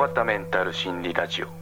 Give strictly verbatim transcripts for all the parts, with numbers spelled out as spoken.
わたメンタル心理ラジオ。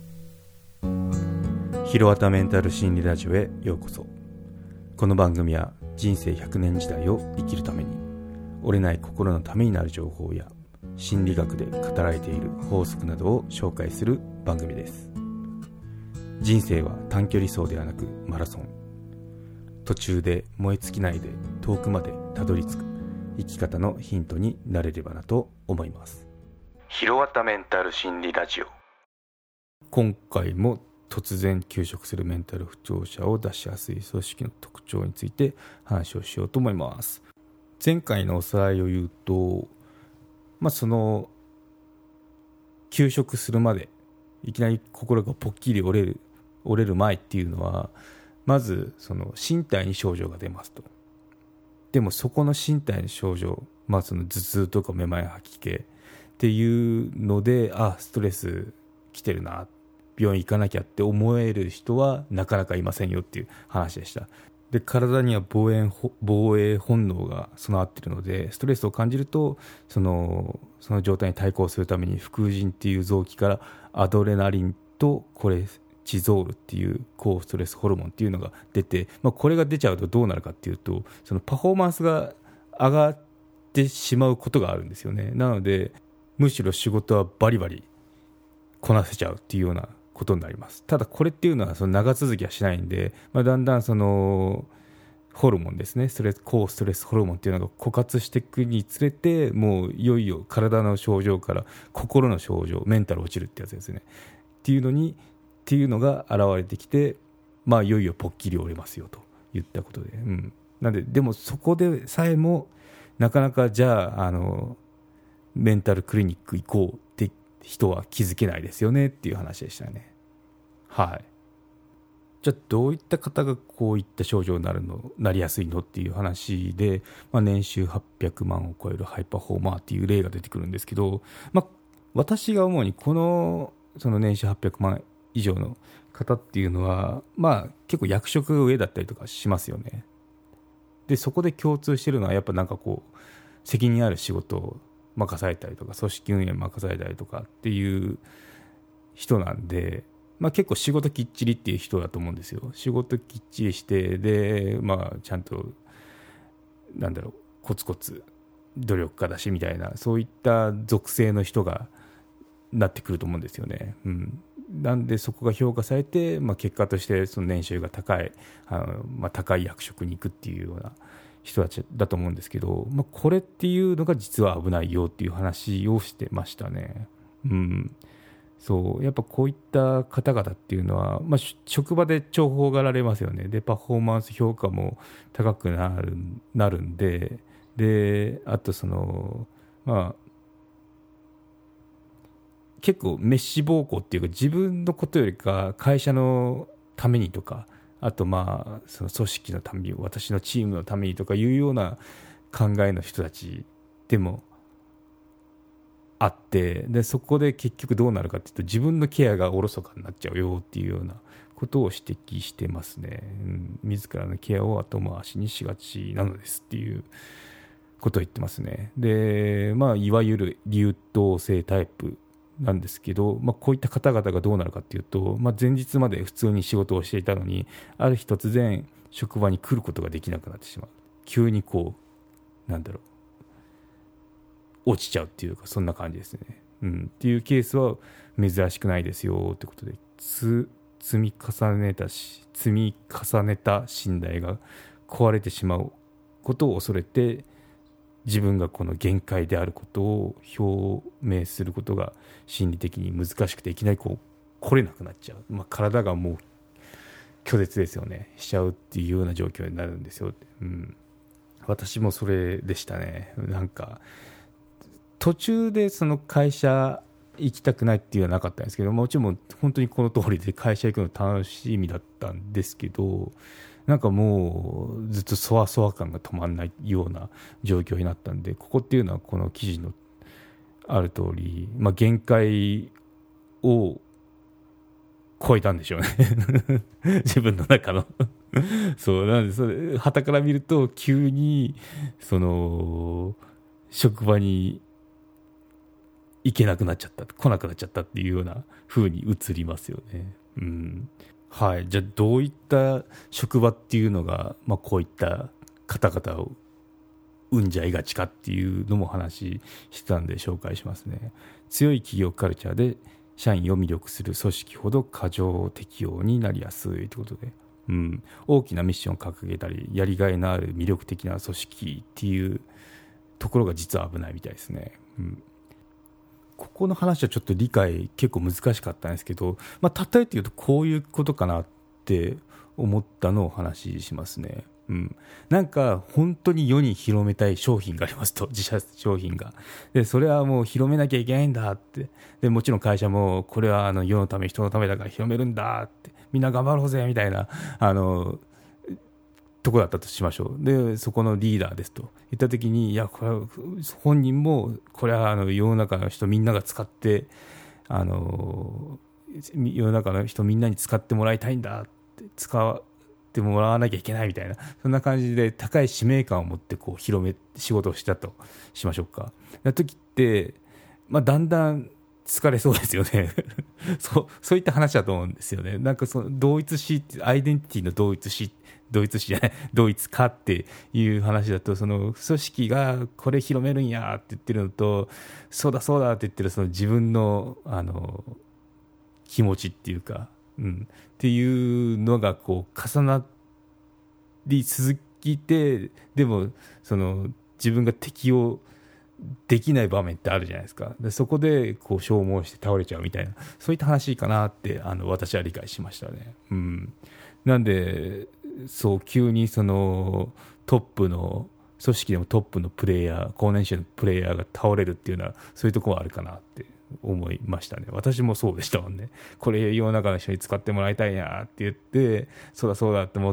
ひろわたメンタル心理ラジオへようこそ。この番組は人生ひゃくねん時代を生きるために折れない心のためになる情報や心理学で語られている法則などを紹介する番組です。人生は短距離走ではなくマラソン。途中で燃え尽きないで遠くまでたどり着く生き方のヒントになれればなと思います。 ひろわたメンタル心理ラジオ。 今回も突然休職するメンタル不調者を出しやすい組織の特徴について話をしようと思います。前回のおさらいを言うと、まあ、その休職するまでいきなり心がぽっきり折れる折れる前っていうのは、まずその身体に症状が出ますと。でもそこの身体の症状、まあ、その頭痛とかめまい吐き気っていうので、あ、ストレス来てるな、病院行かなきゃって思える人はなかなかいませんよっていう話でした。で、体には防衛、防衛本能が備わっているので、ストレスを感じるとその、その状態に対抗するために副腎っていう臓器からアドレナリンとコレチゾールっていう抗ストレスホルモンっていうのが出て、まあ、これが出ちゃうとどうなるかっていうと、そのパフォーマンスが上がってしまうことがあるんですよね。なのでむしろ仕事はバリバリこなせちゃうっていうようなことになります。ただこれっていうのはその長続きはしないんで、まあ、だんだんそのホルモンですね、ストレス抗ストレスホルモンっていうのが枯渇していくにつれて、もういよいよ体の症状から心の症状、メンタル落ちるってやつですねっていうのにっていうのが現れてきて、まあいよいよぽっきり折れますよと言ったことで、うん、なんででもそこでさえもなかなかじゃああのメンタルクリニック行こうって人は気づけないですよねっていう話でしたね。はい。じゃあどういった方がこういった症状になるのなりやすいのっていう話で、まあ、年収はっぴゃくまんを超えるハイパフォーマーっていう例が出てくるんですけど、まあ、私が思うにこのその年収はっぴゃくまん以上の方っていうのは、まあ、結構役職が上だったりとかしますよね。でそこで共通してるのはやっぱなんかこう責任ある仕事を任されたりとか組織運営任されたりとかっていう人なんで、まあ、結構仕事きっちりっていう人だと思うんですよ。仕事きっちりしてで、まあ、ちゃんとなんだろうコツコツ努力家だしみたいな、そういった属性の人がなってくると思うんですよね。うん、なんでそこが評価されて、まあ、結果としてその年収が高いあの、まあ、高い役職に行くっていうような人たちだと思うんですけど、まあ、これっていうのが実は危ないよっていう話をしてましたね。うん、そうやっぱこういった方々っていうのは、まあ、職場で重宝がられますよね。でパフォーマンス評価も高くなる、なるんで、であとそのまあ結構滅私暴行っていうか、自分のことよりか会社のためにとか、あとまあその組織のために、私のチームのためにとかいうような考えの人たちでもあって、でそこで結局どうなるかっていうと、自分のケアがおろそかになっちゃうよっていうようなことを指摘してますね。うん、自らのケアを後回しにしがちなのですっていうことを言ってますね。でまあいわゆる優等生タイプなんですけど、まあ、こういった方々がどうなるかというと、まあ、前日まで普通に仕事をしていたのに、ある日突然職場に来ることができなくなってしまう。急にこうなんだろう落ちちゃうっていうか、そんな感じですね。うん、っていうケースは珍しくないですよってことで、つ積み重ねたし積み重ねた信頼が壊れてしまうことを恐れて、自分がこの限界であることを表明することが心理的に難しくて、いきなりこう来れなくなっちゃう、まあ、体がもう拒絶ですよねしちゃうっていうような状況になるんですよ、うん、私もそれでしたね。なんか途中でその会社行きたくないっていうのはなかったんですけど、もちろん本当にこの通りで会社行くの楽しみだったんですけど、なんかもうずっとそわそわ感が止まらないような状況になったんで、ここっていうのはこの記事のある通り、まあ、限界を超えたんでしょうね自分の中のそうなんで、それ傍から見ると急にその職場に行けなくなっちゃった来なくなっちゃったっていうような風に映りますよね。うん、はい。じゃあどういった職場っていうのが、まあ、こういった方々を生んじゃいがちかっていうのも話してたんで紹介しますね。強い企業カルチャーで社員を魅力する組織ほど過剰適応になりやすいということで、うん、大きなミッションを掲げたりやりがいのある魅力的な組織っていうところが実は危ないみたいですね。うん、ここの話はちょっと理解結構難しかったんですけど、まあ、例えて言うとこういうことかなって思ったのをお話ししますね。うん、なんか本当に世に広めたい商品がありますと、自社商品が。でそれはもう広めなきゃいけないんだって。でもちろん会社もこれはあの世のため人のためだから広めるんだって、みんな頑張ろうぜみたいなあのとこだったとしましょう。でそこのリーダーですと言った時に、いやこれは本人もこれはあの世の中の人みんなが使ってあの世の中の人みんなに使ってもらいたいんだって、使ってもらわなきゃいけないみたいな、そんな感じで高い使命感を持ってこう広め仕事をしたとしましょうか。な時って、まあ、だんだん疲れそうですよねそう、そういった話だと思うんですよね。なんかその同一視、アイデンティティの同一視同一視じゃない同一化っていう話だと、その組織がこれ広めるんやって言ってるのと、そうだそうだって言ってるその自分のあの気持ちっていうか、うん、っていうのがこう重なり続きて、でもその自分が適応できない場面ってあるじゃないですか。でそこでこう消耗して倒れちゃうみたいな、そういった話かなってあの私は理解しましたね。うん、なんでそう急にそのトップの組織でもトップのプレイヤー、高年収のプレイヤーが倒れるっていうのはそういうところはあるかなって思いましたね。私もそうでしたもんね。これ世の中の人に使ってもらいたいなって言って、そうだそうだって思って、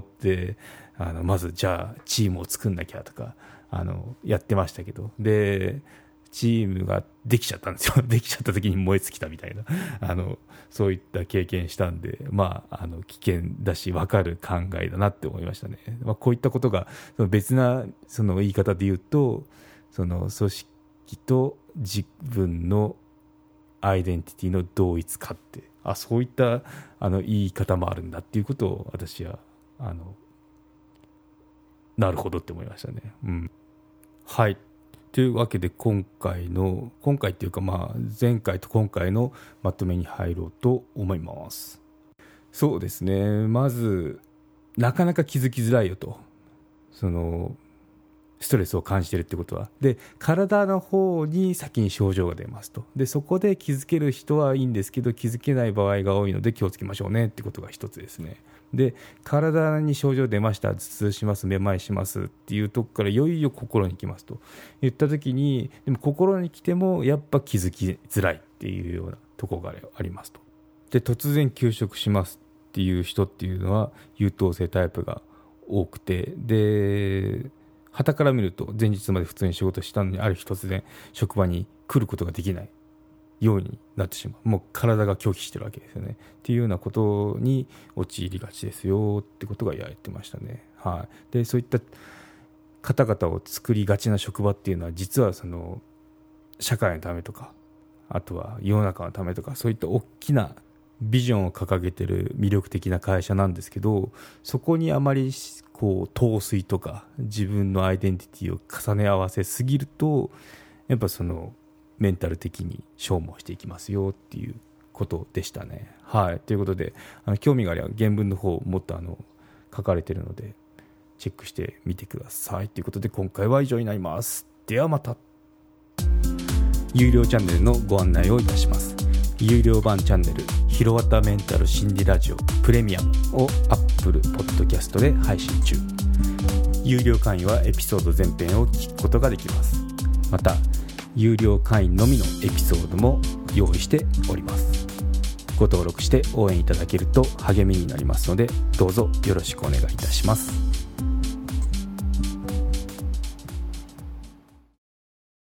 あのまずじゃあチームを作んなきゃとかあのやってましたけど、でチームができちゃったんですよ。できちゃった時に燃え尽きたみたいなあのそういった経験したんで、まあ、あの危険だし分かる考えだなって思いましたね。まあ、こういったことがその別なその言い方で言うと、その組織と自分のアイデンティティの同一化って、あそういったあの言い方もあるんだっていうことを私はあのなるほどって思いましたね。うん、はいというわけで今回の今回っていうかまあ前回と今回のまとめに入ろうと思います。そうですね、まずなかなか気づきづらいよと、そのストレスを感じているってことは。で体の方に先に症状が出ますと。でそこで気づける人はいいんですけど、気づけない場合が多いので気をつけましょうねってことが一つですね。で体に症状出ました、頭痛します、めまいしますっていうとこからいよいよ心に来ますと言った時に、でも心に来てもやっぱ気づきづらいっていうようなところがありますと。で突然休職しますっていう人っていうのは優等生タイプが多くて、で傍から見ると前日まで普通に仕事したのに、ある日突然職場に来ることができないようになってしまう、もう体が拒否してるわけですよねっていうようなことに陥りがちですよってことが言われてましたね。はい、でそういった方々を作りがちな職場っていうのは実はその社会のためとか、あとは世の中のためとか、そういった大きなビジョンを掲げている魅力的な会社なんですけど、そこにあまりこう陶酔とか自分のアイデンティティを重ね合わせすぎると、やっぱそのメンタル的に消耗していきますよっていうことでしたね。はい、ということであの興味があれば原文の方もっとあの書かれているのでチェックしてみてくださいということで、今回は以上になります。ではまた。有料チャンネルのご案内をいたします。有料版チャンネルひろわたメンタル心理ラジオプレミアムを Apple Podcast で配信中。有料会員はエピソード全編を聞くことができます。また有料会員のみのエピソードも用意しております。ご登録して応援いただけると励みになりますので、どうぞよろしくお願いいたします。